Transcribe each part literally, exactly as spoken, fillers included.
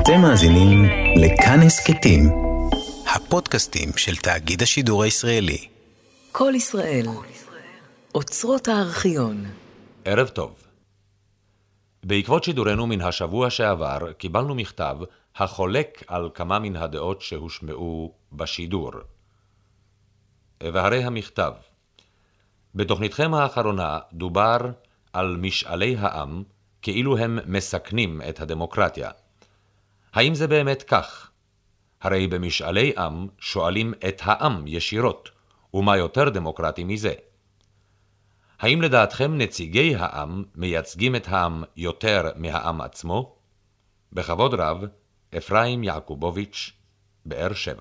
אתם מאזינים לכאן הסכתים, הפודקאסטים של תאגיד השידור הישראלי. כל ישראל, אוצרות הארכיון. ערב טוב. בעקבות שידורנו מן השבוע שעבר, קיבלנו מכתב החולק על כמה מן הדעות שהושמעו בשידור. והרי המכתב: בתוכניתכם האחרונה דובר על משאלי העם כאילו הם מסכנים את הדמוקרטיה. האם זה באמת כך? הרי במשאלי עם שואלים את העם ישירות, ומה יותר דמוקרטי מזה? האם לדעתכם נציגי העם מייצגים את העם יותר מהעם עצמו? בכבוד רב, אפרים יעקובוביץ', באר שבע.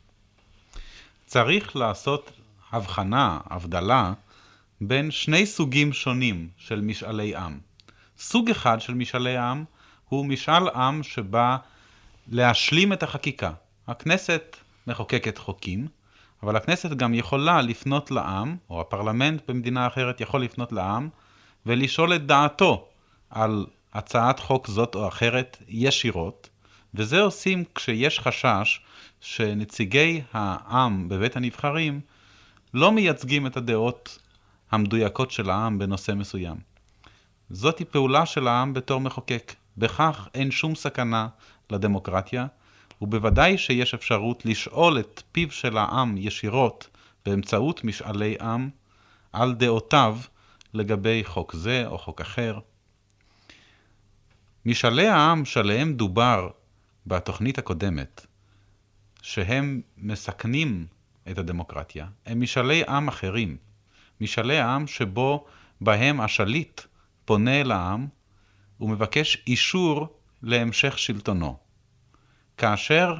צריך לעשות הבחנה, הבדלה, בין שני סוגים שונים של משאלי עם. סוג אחד של משאלי עם הוא משאל עם שבא להשלים את החקיקה. הכנסת מחוקקת חוקים, אבל הכנסת גם יכולה לפנות לעם, או הפרלמנט במדינה אחרת יכול לפנות לעם, ולשאול את דעתו על הצעת חוק זאת או אחרת ישירות, וזה עושים כשיש חשש שנציגי העם בבית הנבחרים לא מייצגים את הדעות המדויקות של העם בנושא מסוים. זאת היא פעולה של העם בתור מחוקק. בכך אין שום סכנה לדמוקרטיה, ובוודאי שיש אפשרות לשאול את פיו של העם ישירות באמצעות משאלי עם על דעותיו לגבי חוק זה או חוק אחר. משאלי העם שעליהם דובר בתוכנית הקודמת, שהם מסכנים את הדמוקרטיה, הם משאלי עם אחרים. משאלי העם שבו בהם השליט פונה אל העם ומבקש אישור להמשך שלטונו. כאשר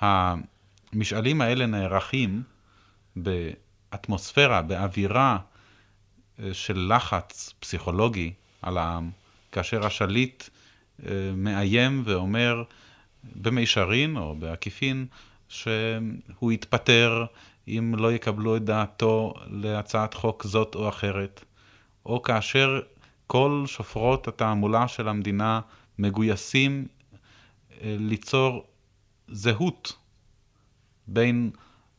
המשאלים האלה נערכים באטמוספירה, באווירה של לחץ פסיכולוגי על העם, כאשר השליט מאיים ואומר במישרין או בעקיפין שהוא יתפטר אם לא יקבלו את דעתו להצעת חוק זאת או אחרת, או כאשר כל שופרות התעמולה של המדינה מגויסים ליצור זהות בין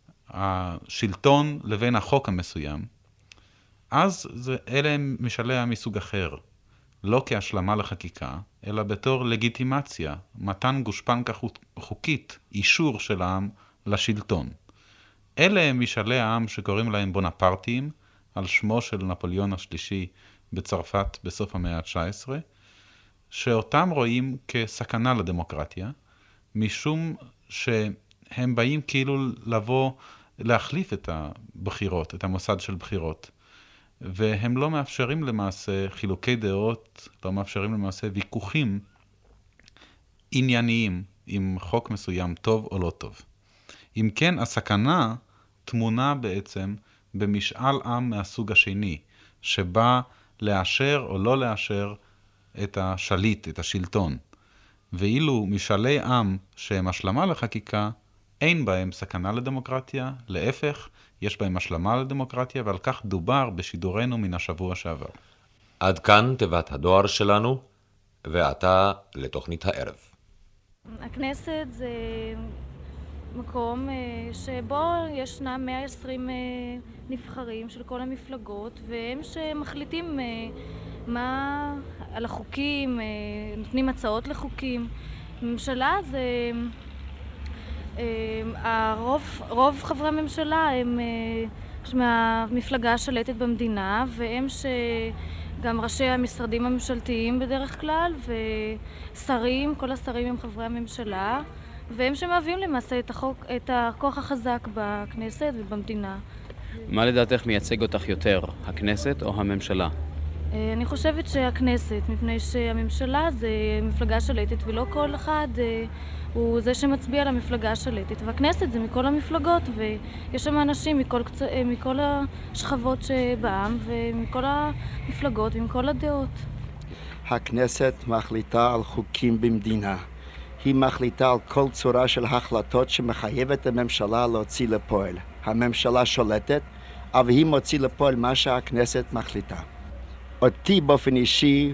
השלטון לבין החוק המסוים, אז זה, אלה הם משאלי עם מסוג אחר, לא כהשלמה לחקיקה, אלא בתור לגיטימציה, מתן גושפנקה חוקית, אישור של העם לשלטון. אלה הם משאלי העם שקוראים להם בונפרטיים, על שמו של נפוליאון השלישי בצרפת בסוף המאה ה-תשע עשרה, שאותם רואים כסכנה לדמוקרטיה, משום שהם באים כאילו לבוא, להחליף את הבחירות, את המוסד של בחירות, והם לא מאפשרים למעשה חילוקי דעות, לא מאפשרים למעשה ויכוחים ענייניים עם חוק מסוים טוב או לא טוב. אם כן, הסכנה תמונה בעצם במשאל עם מהסוג השני, שבא לאשר או לא לאשר את השליט, את השלטון. ואילו משאלי עם שהם השלמה לחקיקה, אין בהם סכנה לדמוקרטיה, להפך, יש בהם השלמה לדמוקרטיה, ועל כך דובר בשידורנו מן השבוע שעבר. עד כאן תיבת הדואר שלנו, ועתה לתוכנית הערב. הכנסת זה מקום שבו ישנם מאה ועשרים נבחרים של כל המפלגות, והם שמחליטים מה על החוקים, נותנים הצעות לחוקים. ממשלה זה הרוב, רוב חברי הממשלה הם מהמפלגה השלטת במדינה, והם שגם ראשי המשרדים הממשלתיים בדרך כלל, ושרים, כל השרים הם חברי הממשלה, והם שמהווים למעשה את החוק, את הכוח החזק בכנסת ובמדינה. מה לדעתך מייצג אותך יותר, הכנסת או הממשלה? אני חושבת שהכנסת, מפני שהממשלה זה מפלגה שלטת, ולא כל אחד הוא זה שמצביע למפלגה השלטת. והכנסת זה מכל המפלגות, ויש שם אנשים מכל, מכל השכבות שבעם, ומכל המפלגות ומכל הדעות. הכנסת מחליטה על חוקים במדינה. היא מחליטה על כל צורה של החלטות שמחייבת הממשלה להוציא לפועל. הממשלה שולטת, אבל היא מוציא לפועל מה שהכנסת מחליטה. אותי באופן אישי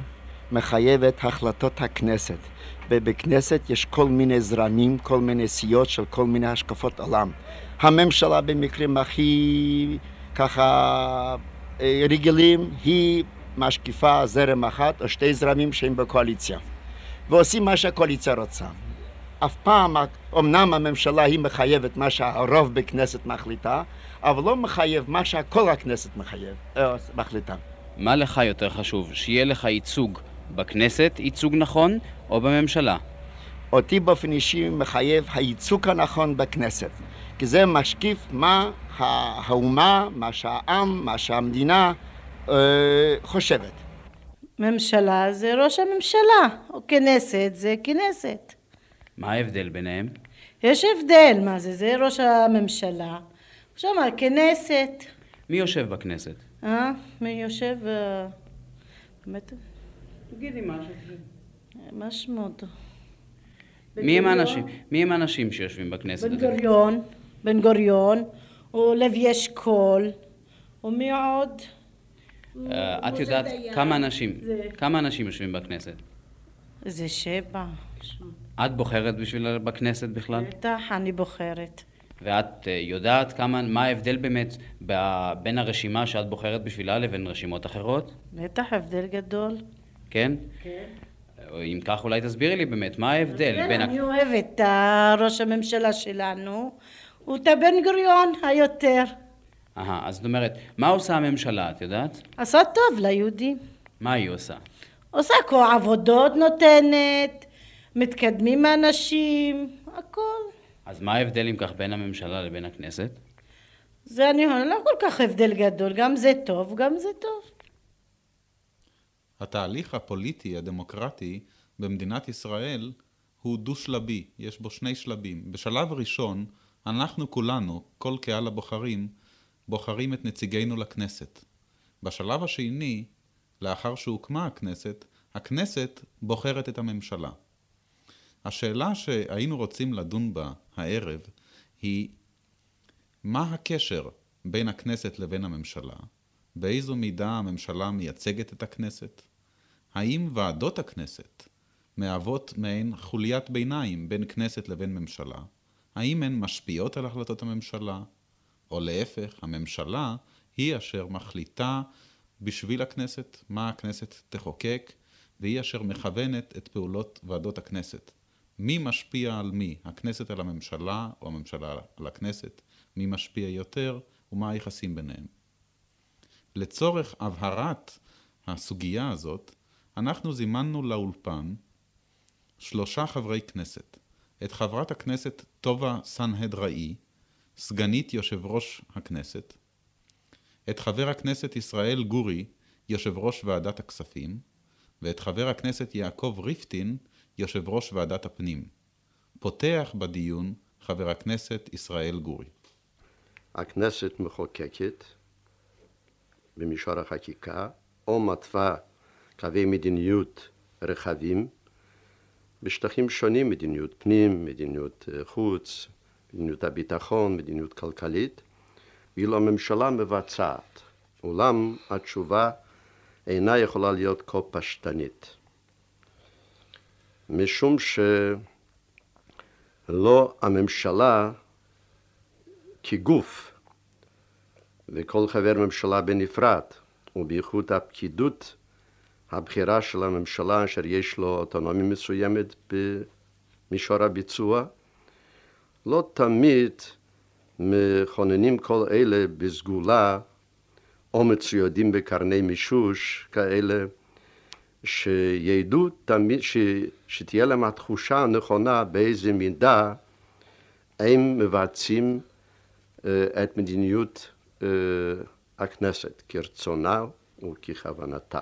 מחייבת החלטות הכנסת. ובכנסת יש כל מיני זרמים, כל מיני סיעות של כל מיני השקפות עולם. הממשלה במקרים הכי ככה רגילים היא משקיפה זרם אחת או שתי זרמים שהם בקואליציה. ועושים מה שהקואליציה רוצה. אף פעם, אמנם הממשלה היא מחייבת מה שהרוב בכנסת מחליטה, אבל לא מחייב מה שכל הכנסת מחייב, מחליטה. מה לך יותר חשוב? שיהיה לך ייצוג בכנסת, ייצוג נכון, או בממשלה? אותי באופן אישי מחייב הייצוג הנכון בכנסת. כי זה משקיף מה האומה, מה שהעם, מה שהמדינה אה, חושבת. ממשלה זה ראש הממשלה, או כנסת זה כנסת. מה ההבדל ביניהם? יש הבדל, מה זה? זה ראש הממשלה. עכשיו מה, כנסת. מי יושב בכנסת? אה? מי יושב? באמת? תגידי משהו. מה שמו אותו? מי הם האנשים? מי הם האנשים שיושבים בכנסת? בן גוריון, בן גוריון, או לוי אשכול, ומי עוד? את יודעת כמה אנשים, כמה אנשים יושבים בכנסת? זה שבע. את בוחרת בשביל בכנסת בכלל? בטח, אני בוחרת. ואת יודעת כמה, מה ההבדל באמת בין הרשימה שאת בוחרת בשבילה לבין רשימות אחרות? בטח, הבדל גדול. כן? כן. אם כך אולי תסבירי לי באמת, מה ההבדל בין... אני אוהבת את ראש הממשלה שלנו, הוא את הבן גוריון היותר. אהה, אז זאת אומרת, מה עושה הממשלה, את יודעת? עושה טוב ליהודים. מה היא עושה? עושה כל עבודות נותנת, מתקדמים האנשים, הכל. אז מה ההבדל אם כך בין הממשלה לבין הכנסת? זה אני לא כל כך הבדל גדול, גם זה טוב, גם זה טוב. התהליך הפוליטי הדמוקרטי במדינת ישראל הוא דו-שלבי, יש בו שני שלבים. בשלב ראשון, אנחנו כולנו, כל קהל הבוחרים, בוחרים את נציגינו לכנסת. בשלב השני, לאחר שהוקמה הכנסת, הכנסת בוחרת את הממשלה. השאלה שהיינו רוצים לדון בה הערב היא מה הקשר בין הכנסת לבין הממשלה? באיזו מידה הממשלה מייצגת את הכנסת? האם ועדות הכנסת מהוות מעין חוליית ביניים בין כנסת לבין ממשלה? האם הן משפיעות על החלטות הממשלה? או להפך, הממשלה היא אשר מחליטה בשביל הכנסת מה הכנסת תחוקק, והיא אשר מכוונת את פעולות ועדות הכנסת. מי משפיע על מי? הכנסת על הממשלה או הממשלה על הכנסת? מי משפיע יותר ומה היחסים ביניהם? לצורך הבהרת הסוגיה הזאת, אנחנו זימנו לאולפן שלושה חברי כנסת. את חברת הכנסת טובה סנהדראי, סגנית יושב ראש הכנסת, את חבר הכנסת ישראל גורי, יושב ראש ועדת הכספים, ואת חבר הכנסת יעקב ריפטין, יושב ראש ועדת הפנים. פותח בדיון חבר הכנסת ישראל גורי. הכנסת מחוקקת במישור החקיקה, או מתווה קווי מדיניות רחבים, בשטחים שונים, מדיניות פנים, מדיניות חוץ, מדיניות הביטחון, מדיניות כלכלית, ואילו הממשלה מבצעת. אולם התשובה אינה יכולה להיות כה פשטנית. משום שלא הממשלה כגוף, וכל חבר ממשלה בנפרד, ובייחוד הפקידות הבחירה של הממשלה, אשר יש לו אוטונומיה מסוימת במישור הביצוע, לא תמיד מכוננים כל אלה בסגולה, או מצוידים בקרני מישוש כאלה, שידעו תמיד, ש, שתהיה להם התחושה הנכונה באיזה מידה הם מבצעים uh, את מדיניות uh, הכנסת כרצונה וככוונתה.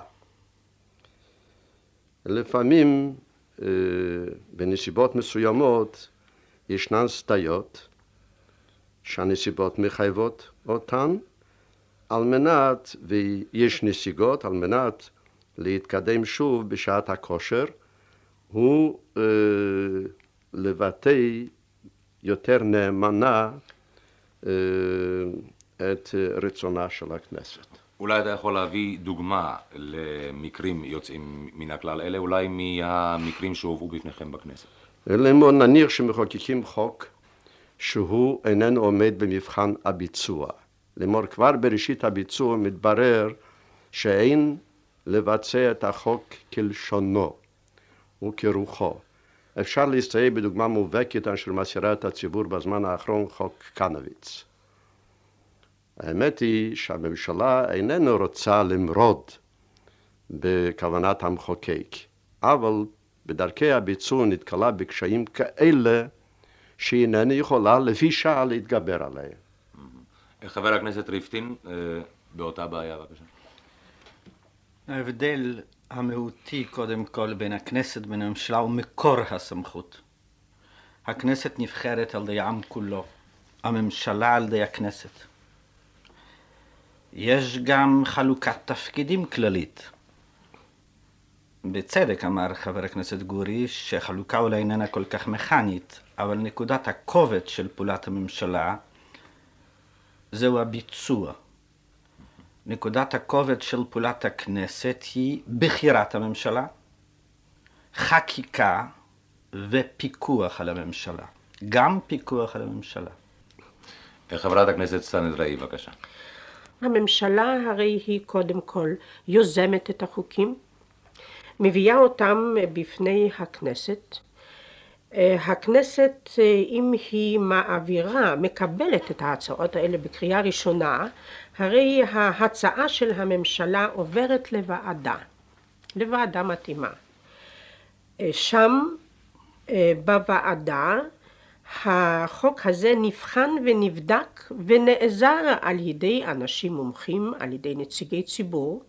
לפעמים uh, בנסיבות מסוימות ישנן סטיות שהנסיבות מחייבות אותן, על מנת, ויש נסיגות, על מנת להתקדם שוב בשעת הכושר, הוא אה, לבטא יותר נאמנה אה, את רצונה של הכנסת. אולי אתה יכול להביא דוגמה למקרים יוצאים מן הכלל, אלה אולי מהמקרים שהובאו בפניכם בכנסת. אלא נניח שמחוקקים חוק שהוא איננו עומד במבחן הביצוע. לאמור, כבר בראשית הביצוע מתברר שאין לבצע את החוק כלשונו וכרוחו. אפשר להסתייג בדוגמה מובהקת אשר מסעירה את הציבור בזמן האחרון, חוק קנוביץ. האמת היא שהממשלה איננה רוצה למרוד בכוונת המחוקק, אבל בדרכי הביצוע נתקלה בקשיים כאלה שהיא איננה יכולה לפי שעה להתגבר עליהם. חבר הכנסת ריפטין, באותה בעיה, בבקשה. ההבדל המהותי קודם כל בין הכנסת ובין הממשלה הוא מקור הסמכות. הכנסת נבחרת על ידי העם כולו, הממשלה על ידי הכנסת. יש גם חלוקת תפקידים כללית. בצדק אמר חבר הכנסת גורי שחלוקה אולי איננה כל כך מכנית, אבל נקודת הכובד של פעולת הממשלה זהו הביצוע. נקודת הכובד של פעולת הכנסת היא בחירת הממשלה, חקיקה ופיקוח על הממשלה. גם פיקוח על הממשלה. חברת הכנסת סנדראי, בבקשה. הממשלה הרי היא קודם כל יוזמת את החוקים, מביאה אותם בפני הכנסת. הכנסת, אם היא מעבירה, מקבלת את ההצעות האלה בקריאה ראשונה, הרי ההצעה של הממשלה עוברת לוועדה, לוועדה מתאימה. שם בוועדה החוק הזה נבחן ונבדק ונעזר על ידי אנשים מומחים, על ידי נציגי ציבור,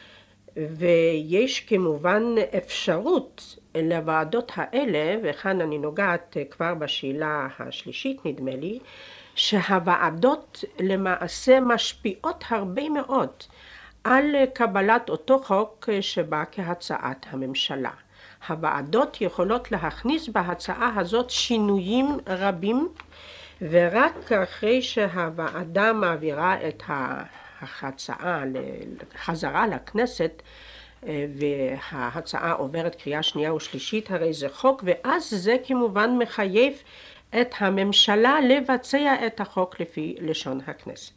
ויש כמובן אפשרות לוועדות האלה, וכאן אני נוגעת כבר בשאלה השלישית נדמה לי, שהוועדות למעשה משפיעות הרבה מאוד על קבלת אותו חוק שבא כהצעת הממשלה. הוועדות יכולות להכניס בהצעה הזאת שינויים רבים, ורק אחרי שהוועדה מעבירה את ההצעה חזרה לכנסת וההצעה עוברת קריאה שנייה ושלישית, הרי זה חוק, ואז זה כמובן מחייב את הממשלה לבצע את החוק לפי לשון הכנסת.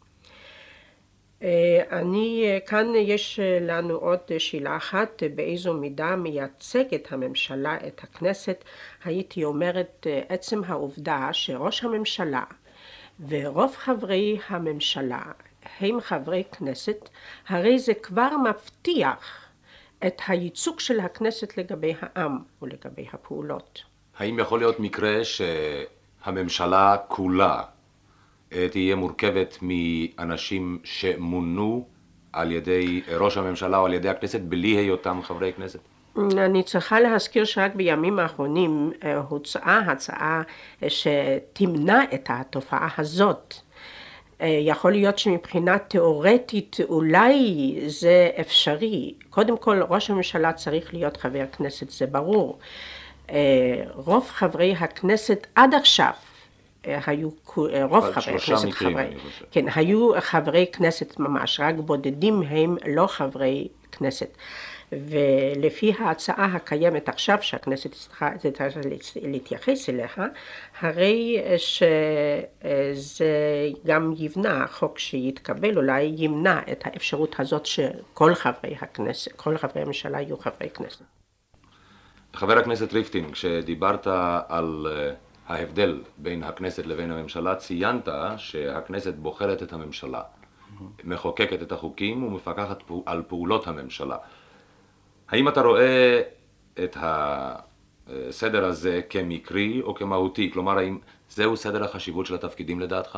אני, כאן יש לנו עוד שאלה אחת, באיזו מידה מייצגת הממשלה את הכנסת. הייתי אומרת, עצם העובדה שראש הממשלה ורוב חברי הממשלה הם חברי כנסת, הרי זה כבר מבטיח את הייצוג של הכנסת לגבי העם ולגבי הפעולות. האם יכול להיות מקרה שהממשלה כולה תהיה מורכבת מאנשים שמונו על ידי ראש הממשלה או על ידי הכנסת בלי היותם חברי כנסת? אני צריכה להזכיר שרק בימים האחרונים הוצאה הצעה שתמנע את התופעה הזאת. יכול להיות שמבחינה תיאורטית אולי זה אפשרי. קודם כל ראש הממשלה צריך להיות חבר כנסת, זה ברור. רוב חברי הכנסת עד עכשיו היו, רוב חברי כנסת חברי, כן, היו חברי כנסת ממש, רק בודדים הם לא חברי כנסת. ולפי ההצעה הקיימת עכשיו שהכנסת צריכה להתייחס אליה, הרי שזה גם ימנע, החוק שיתקבל אולי ימנע את האפשרות הזאת שכל חברי הכנסת, כל חברי הממשלה יהיו חברי כנסת. חבר הכנסת ריפטין, כשדיברת על ההבדל בין הכנסת לבין הממשלה, ציינת שהכנסת בוחרת את הממשלה, מחוקקת את החוקים ומפקחת על פעולות הממשלה. האם אתה רואה את הסדר הזה כמקרי או כמהותי? כלומר, האם זהו סדר החשיבות של התפקידים לדעתך?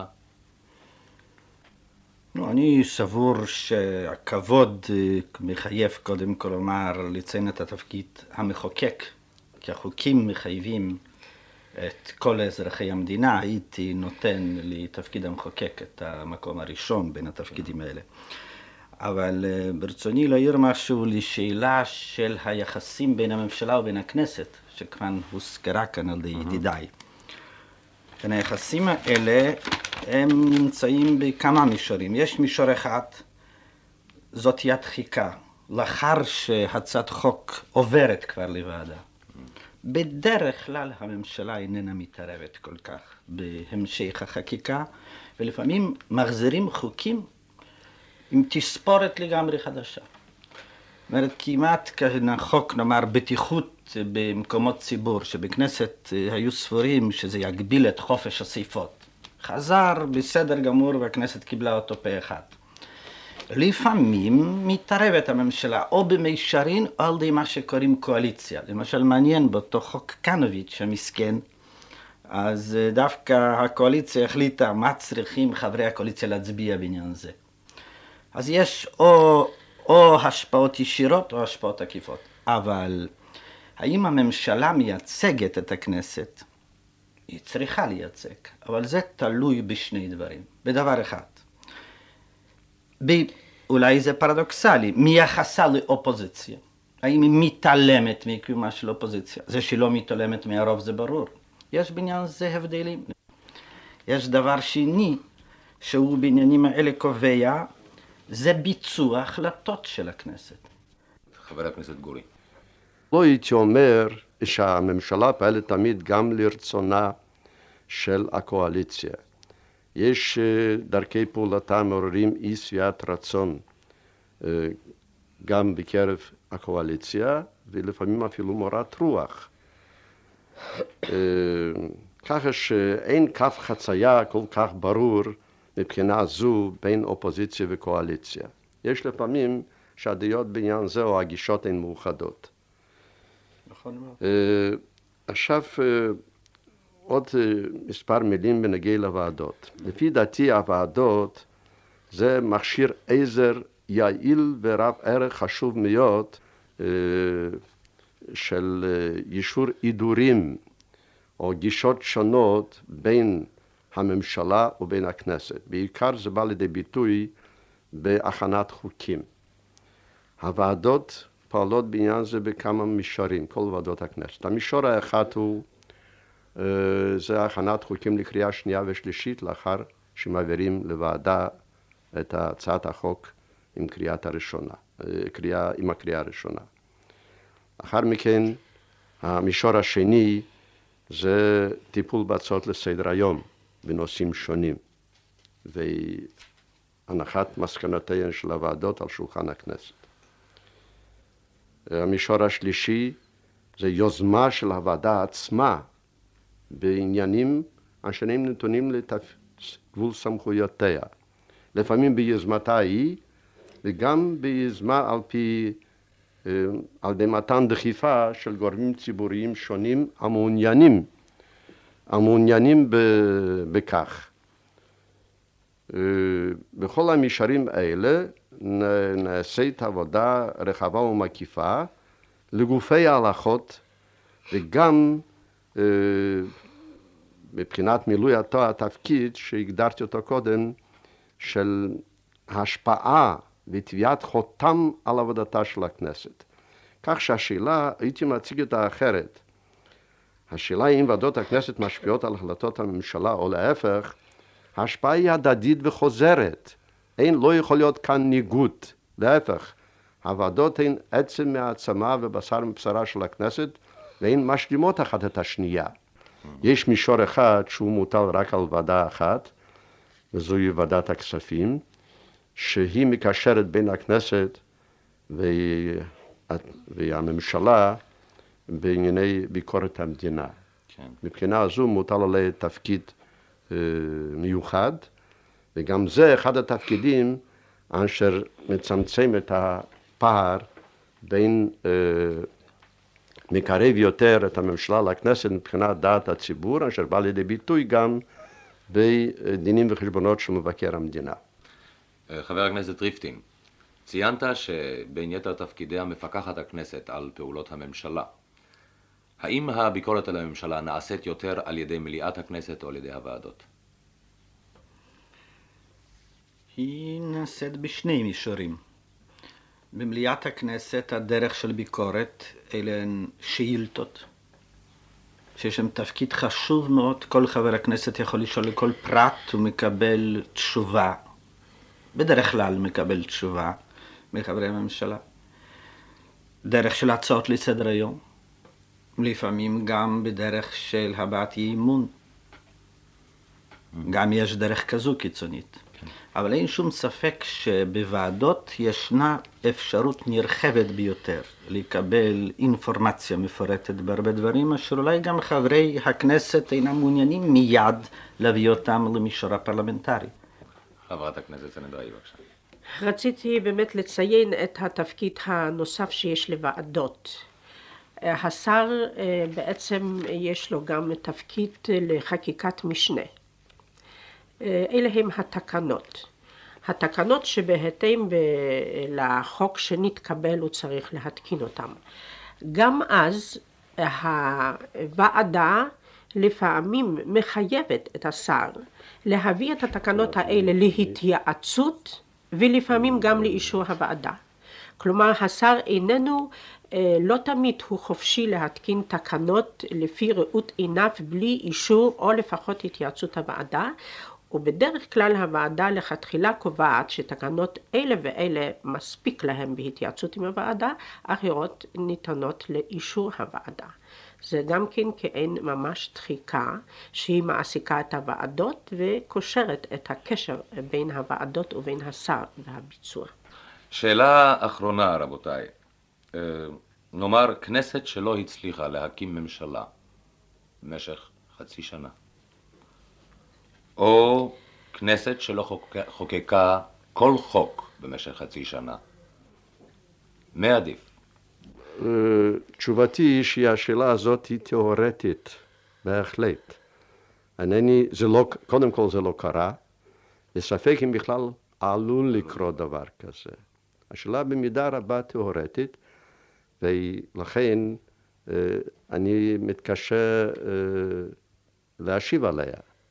לא, אני סבור שהכבוד מחייב קודם כל לומר לציין את התפקיד המחוקק, כי החוקים מחייבים את כל אזרחי המדינה. הייתי נותן לתפקיד המחוקק את המקום הראשון בין התפקידים האלה. אבל ברצוני להעיר משהו לשאלה של היחסים בין הממשלה ובין הכנסת, שכאן הוזכרה כאן על ידי ידידיי. כן, היחסים האלה הם נמצאים בכמה מישורים. יש מישור אחד זאת יד דחיקה, לאחר שהצעת חוק עוברת כבר לוועדה. בדרך כלל הממשלה איננה מתערבת כל כך בהמשך החקיקה, ולפעמים מחזירים חוקים עם תספורת לגמרי חדשה. זאת אומרת, כמעט חוק, נאמר, בטיחות במקומות ציבור, שבכנסת היו ספורים שזה יגביל את חופש אספות. חזר בסדר גמור והכנסת קיבלה אותו פה אחד. לפעמים מתערבת הממשלה או במישרין או על ידי מה שקוראים קואליציה. למשל מעניין באותו חוק קנוביץ' המסכן, אז דווקא הקואליציה החליטה מה צריכים חברי הקואליציה להצביע בעניין זה. אז יש או, או השפעות ישירות או השפעות עקיפות. אבל האם הממשלה מייצגת את הכנסת? היא צריכה לייצג, אבל זה תלוי בשני דברים. בדבר אחד. ב... אולי זה פרדוקסלי, מיחסה לאופוזיציה. האם היא מתעלמת מקיומה של אופוזיציה? זה שלא מתעלמת מהרוב זה ברור. יש בעניין זה הבדלים. יש דבר שני, שהוא בעניינים האלה קובע, זה ביצוע החלטות של הכנסת. חבר הכנסת גורי. לא הייתי אומר שהממשלה פעלת תמיד גם לרצונה של הקואליציה. יש דרכי פעולתה מעוררים אי שביעת רצון גם בקרב הקואליציה, ולפעמים אפילו מורת רוח. ככה שאין קו חצייה כל כך ברור מבחינה זו בין אופוזיציה וקואליציה. יש לפעמים שהדעות בעניין זה או הגישות הן מאוחדות. נכון מאוד. עכשיו עוד מספר מילים בנוגע לוועדות. לפי דעתי הוועדות זה מכשיר עזר יעיל ורב ערך חשוב מאוד של יישור הידורים או גישות שונות בין הממשלה ובין הכנסת. בעיקר זה בא לידי ביטוי בהכנת חוקים. הוועדות פועלות בעניין זה בכמה מישורים, כל ועדות הכנסת. המישור האחד הוא זה הכנת חוקים לקריאה שנייה ושלישית לאחר שמעבירים לוועדה את הצעת החוק עם קריאת הראשונה, קריאה, עם הקריאה הראשונה. לאחר מכן המישור השני זה טיפול בהצעות לסדר היום בנושאים שונים והנחת מסקנותיהן של הוועדות על שולחן הכנסת. המישור השלישי זה יוזמה של הוועדה עצמה בעניינים אשר הם נתונים לגבול סמכויותיה. לפעמים ביוזמתה היא וגם ביוזמה על פי על ידי מתן דחיפה של גורמים ציבוריים שונים המעוניינים המעוניינים בכך. בכל המישורים האלה נעשית עבודה רחבה ומקיפה לגופי ההלכות וגם מבחינת מילוי אותו התפקיד שהגדרתי אותו קודם של השפעה וטביעת חותם על עבודתה של הכנסת. כך שהשאלה, הייתי מציג אותה אחרת. השאלה אם ועדות הכנסת משפיעות על החלטות הממשלה או להפך, ההשפעה היא הדדית וחוזרת. אין, לא יכול להיות כאן ניגוד. להפך, הוועדות הן עצם מהעצמה ובשר מבשרה של הכנסת, והן משלימות אחת את השנייה. יש מישור אחד שהוא מוטל רק על ועדה אחת, וזוהי ועדת הכספים, שהיא מקשרת בין הכנסת והממשלה בענייני ביקורת המדינה. כן. מבחינה זו מוטל עליה תפקיד אה, מיוחד, וגם זה אחד התפקידים אשר מצמצם את הפער בין אה, מקרב יותר את הממשלה לכנסת מבחינת דעת הציבור, אשר בא לידי ביטוי גם בדינים וחשבונות של מבקר המדינה. חבר הכנסת ריפטין, ציינת שבין יתר תפקידיה מפקחת הכנסת על פעולות הממשלה. האם הביקורת על הממשלה נעשית יותר על ידי מליאת הכנסת או על ידי הוועדות? היא נעשית בשני מישורים. במליאת הכנסת הדרך של ביקורת אלה הן שאילתות, שיש שם תפקיד חשוב מאוד. כל חבר הכנסת יכול לשאול לכל פרט ומקבל תשובה. בדרך כלל מקבל תשובה. מחברי הממשלה, דרך של הצעות לסדר היום, לפעמים גם בדרך של הבעת אי אמון, גם יש דרך כזו קיצונית. אבל אין שום ספק שבוועדות ישנה אפשרות נרחבת ביותר לקבל אינפורמציה מפורטת בהרבה דברים, אשר אולי גם חברי הכנסת אינם מעוניינים מיד להביא אותם למישור הפרלמנטרי. חברת הכנסת סנדראי, בבקשה. רציתי באמת לציין את התפקיד הנוסף שיש לוועדות. השר בעצם יש לו גם תפקיד לחקיקת משנה. אלה הם התקנות. התקנות שבהתאם לחוק שנתקבל הוא צריך להתקין אותם. גם אז הוועדה לפעמים מחייבת את השר להביא את התקנות האלה להתייעצות ולפעמים גם לאישור הוועדה. כלומר השר איננו, לא תמיד הוא חופשי להתקין תקנות לפי ראות עיניו בלי אישור או לפחות התייעצות הוועדה, ובדרך כלל הוועדה לכתחילה קובעת שתקנות אלה ואלה מספיק להם בהתייעצות עם הוועדה, אחרות ניתנות לאישור הוועדה. זה גם כן כאין ממש דחיקה שהיא מעסיקה את הוועדות וקושרת את הקשר בין הוועדות ובין השר והביצוע. שאלה אחרונה, רבותיי. נאמר, כנסת שלא הצליחה להקים ממשלה במשך חצי שנה, או כנסת שלא חוק... חוקקה כל חוק במשך חצי שנה. מה עדיף? תשובתי היא שהשאלה הזאת היא תיאורטית, בהחלט. אינני, זה לא, קודם כל זה לא קרה, וספק אם בכלל עלול לקרות דבר כזה. השאלה במידה רבה תיאורטית, ולכן אני מתקשה להשיב עליה.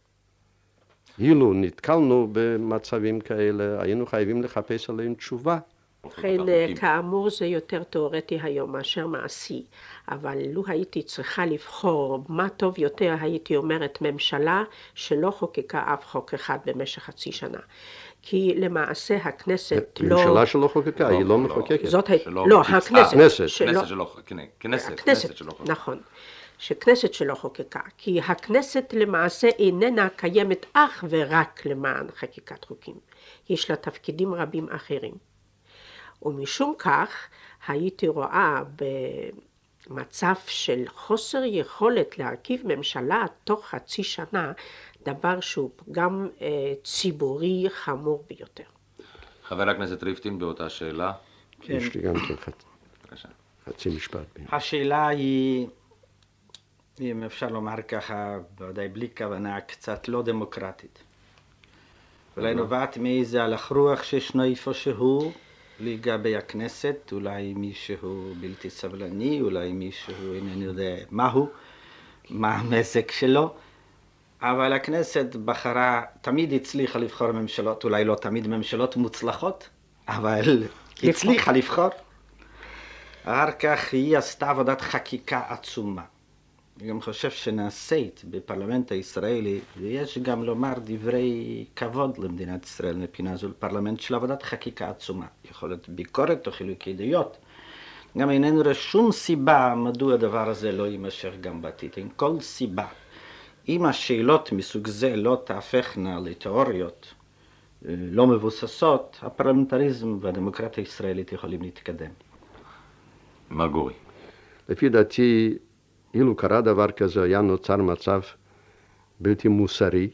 אילו נתקלנו במצבים כאלה, היינו חייבים לחפש עליהם תשובה. ובכן, כאמור זה יותר תיאורטי היום מאשר מעשי, אבל לו הייתי צריכה לבחור מה טוב יותר, הייתי אומרת ממשלה שלא חוקקה אף חוק אחד במשך חצי שנה. כי למעשה הכנסת לא... ממשלה שלא חוקקה, היא לא מחוקקת. זאת הייתה... לא, הכנסת. כנסת שלא חוקקה. כנסת, נכון. שכנסת שלא חוקקה, כי הכנסת למעשה איננה קיימת אך ורק למען חקיקת חוקים. יש לה תפקידים רבים אחרים. ומשום כך הייתי רואה במצב של חוסר יכולת להרכיב ממשלה תוך חצי שנה, דבר שהוא גם אה, ציבורי חמור ביותר. חבר הכנסת ריפטין באותה שאלה. כן. יש לי גם כן חצי, חצי משפט. השאלה היא, אם אפשר לומר ככה, בוודאי בלי כוונה, קצת לא דמוקרטית. אולי נובעת מאיזה הלך רוח שישנו איפשהו לגבי הכנסת, אולי מישהו בלתי סבלני, אולי מישהו אינני יודע מהו, מה המזג שלו. אבל הכנסת בחרה, תמיד הצליחה לבחור ממשלות, אולי לא תמיד ממשלות מוצלחות, אבל הצליחה לבחור. אחר כך היא עשתה עבודת חקיקה עצומה. אני גם חושב שנעשית בפרלמנט הישראלי, ויש גם לומר דברי כבוד למדינת ישראל מפינה זו, לפרלמנט של עבודת חקיקה עצומה. יכול להיות ביקורת או חילוקי דעות. גם איננו רואה שום סיבה מדוע הדבר הזה לא יימשך גם בעתיד. אין כל סיבה. אם השאלות מסוג זה לא תהפכנה לתיאוריות לא מבוססות, הפרלמנטריזם והדמוקרטיה הישראלית יכולים להתקדם. מה גורי? לפי דעתי, אילו קרה דבר כזה, היה נוצר מצב בלתי מוסרי,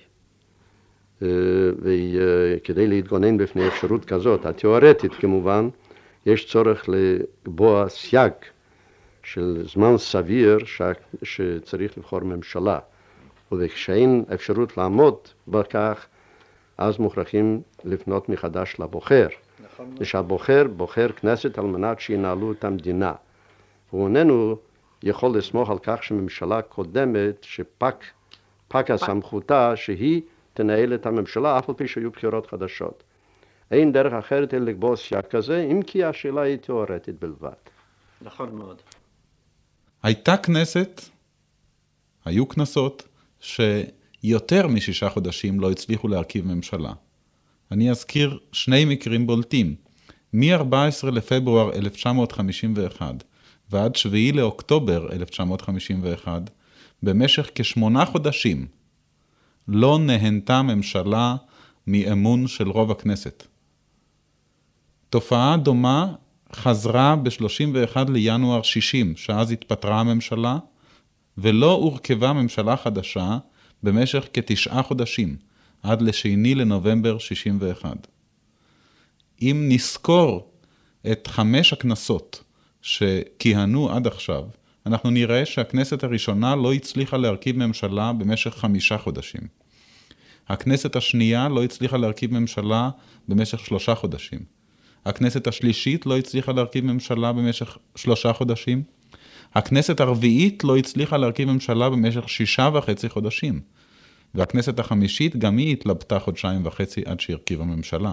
וכדי להתגונן בפני אפשרות כזאת, התיאורטית כמובן, יש צורך לקבוע סייג של זמן סביר שצריך לבחור ממשלה. וכשאין אפשרות לעמוד בכך, אז מוכרחים לפנות מחדש לבוחר. נכון. ושהבוחר בוחר כנסת על מנת שינהלו את המדינה. הוא איננו יכול לסמוך על כך שממשלה קודמת שפק פקה סמכותה שהיא תנהל את הממשלה אף על פי שהיו בחירות חדשות. אין דרך אחרת אלא לקבוע סייג כזה, אם כי השאלה היא תיאורטית בלבד. נכון מאוד. הייתה כנסת, היו כנסות, שיותר משישה חודשים לא הצליחו להרכיב ממשלה. אני אזכיר שני מקרים בולטים. מ-ארבעה עשר לפברואר אלף תשע מאות חמישים ואחת ועד שביעי לאוקטובר אלף תשע מאות חמישים ואחת, במשך כשמונה חודשים, לא נהנתה ממשלה מאמון של רוב הכנסת. תופעה דומה חזרה ב-שלושים ואחד לינואר שישים, שאז התפטרה הממשלה, ולא הורכבה ממשלה חדשה במשך כתשעה חודשים, עד לשני לנובמבר שישים ואחת. אם נזכור את חמש הכנסות שכיהנו עד עכשיו, אנחנו נראה שהכנסת הראשונה לא הצליחה להרכיב ממשלה במשך חמישה חודשים. הכנסת השנייה לא הצליחה להרכיב ממשלה במשך שלושה חודשים. הכנסת השלישית לא הצליחה להרכיב ממשלה במשך שלושה חודשים. הכנסת הרביעית לא הצליחה להרכיב ממשלה במשך שישה וחצי חודשים. והכנסת החמישית גם היא התלבטה חודשיים וחצי עד שהרכיבה ממשלה.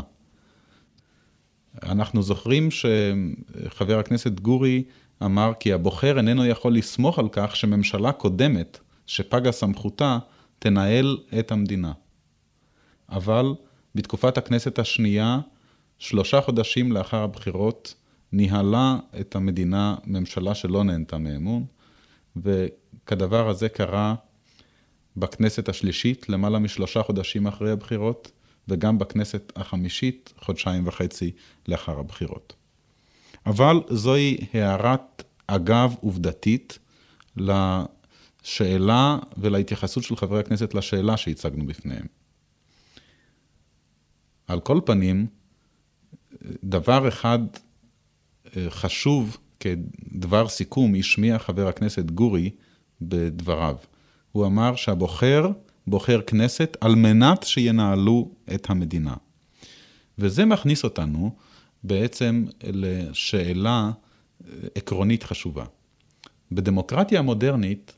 אנחנו זוכרים שחבר הכנסת גורי אמר כי הבוחר איננו יכול לסמוך על כך שממשלה קודמת שפגה סמכותה תנהל את המדינה. אבל בתקופת הכנסת השנייה, שלושה חודשים לאחר הבחירות, ניהלה את המדינה ממשלה שלא נהנתה מאמון, וכדבר הזה קרה בכנסת השלישית למעלה משלושה חודשים אחרי הבחירות, וגם בכנסת החמישית חודשיים וחצי לאחר הבחירות. אבל זוהי הערת אגב עובדתית לשאלה ולהתייחסות של חברי הכנסת לשאלה שהצגנו בפניהם. על כל פנים, דבר אחד חשוב כדבר סיכום השמיע חבר הכנסת גורי בדבריו. הוא אמר שהבוחר בוחר כנסת על מנת שינהלו את המדינה. וזה מכניס אותנו בעצם לשאלה עקרונית חשובה. בדמוקרטיה המודרנית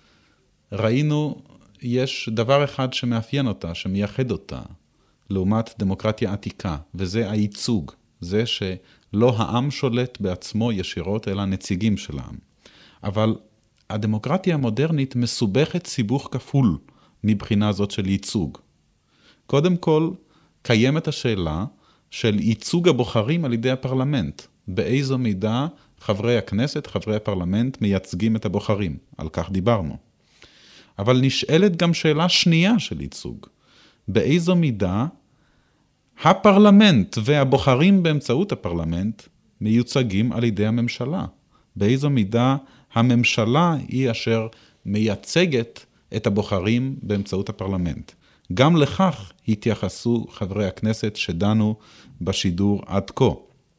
ראינו יש דבר אחד שמאפיין אותה, שמייחד אותה, לעומת דמוקרטיה עתיקה, וזה הייצוג. זה שלא העם שולט בעצמו ישירות, אלא נציגים של העם. אבל הדמוקרטיה המודרנית מסובכת סיבוך כפול מבחינה זאת של ייצוג. קודם כל, קיימת השאלה של ייצוג הבוחרים על ידי הפרלמנט. באיזו מידה חברי הכנסת, חברי הפרלמנט, מייצגים את הבוחרים. על כך דיברנו. אבל נשאלת גם שאלה שנייה של ייצוג. באיזו מידה הפרלמנט והבוחרים באמצעות הפרלמנט מיוצגים על ידי הממשלה. באיזו מידה הממשלה היא אשר מייצגת את הבוחרים באמצעות הפרלמנט. גם לכך התייחסו חברי הכנסת שדנו בשידור עד כה.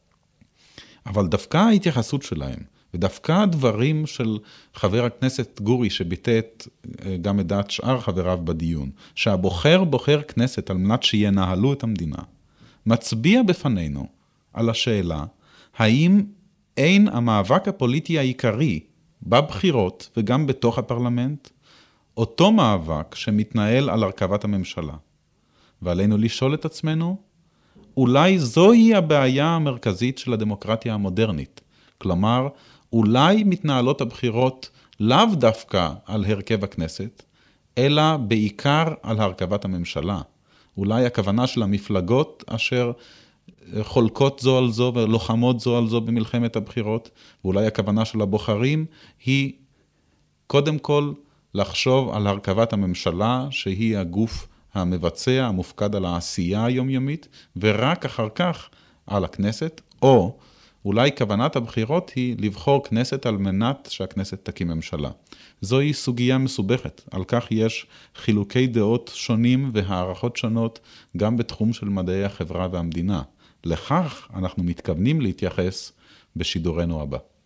אבל דווקא ההתייחסות שלהם, ודווקא הדברים של חבר הכנסת גורי שביטא גם את דעת שאר חבריו בדיון, שהבוחר בוחר כנסת על מנת שינהלו את המדינה, מצביע בפנינו על השאלה, האם אין המאבק הפוליטי העיקרי בבחירות וגם בתוך הפרלמנט, אותו מאבק שמתנהל על הרכבת הממשלה. ועלינו לשאול את עצמנו, אולי זוהי הבעיה המרכזית של הדמוקרטיה המודרנית. כלומר, אולי מתנהלות הבחירות לאו דווקא על הרכב הכנסת, אלא בעיקר על הרכבת הממשלה. אולי הכוונה של המפלגות אשר חולקות זו על זו ולוחמות זו על זו במלחמת הבחירות, ואולי הכוונה של הבוחרים היא קודם כל לחשוב על הרכבת הממשלה שהיא הגוף המבצע, המופקד על העשייה היומיומית, ורק אחר כך על הכנסת, או אולי כוונת הבחירות היא לבחור כנסת על מנת שהכנסת תקים ממשלה. זוהי סוגיה מסובכת, על כך יש חילוקי דעות שונים והערכות שונות גם בתחום של מדעי החברה והמדינה. לכך אנחנו מתכוונים להתייחס בשידורנו הבא.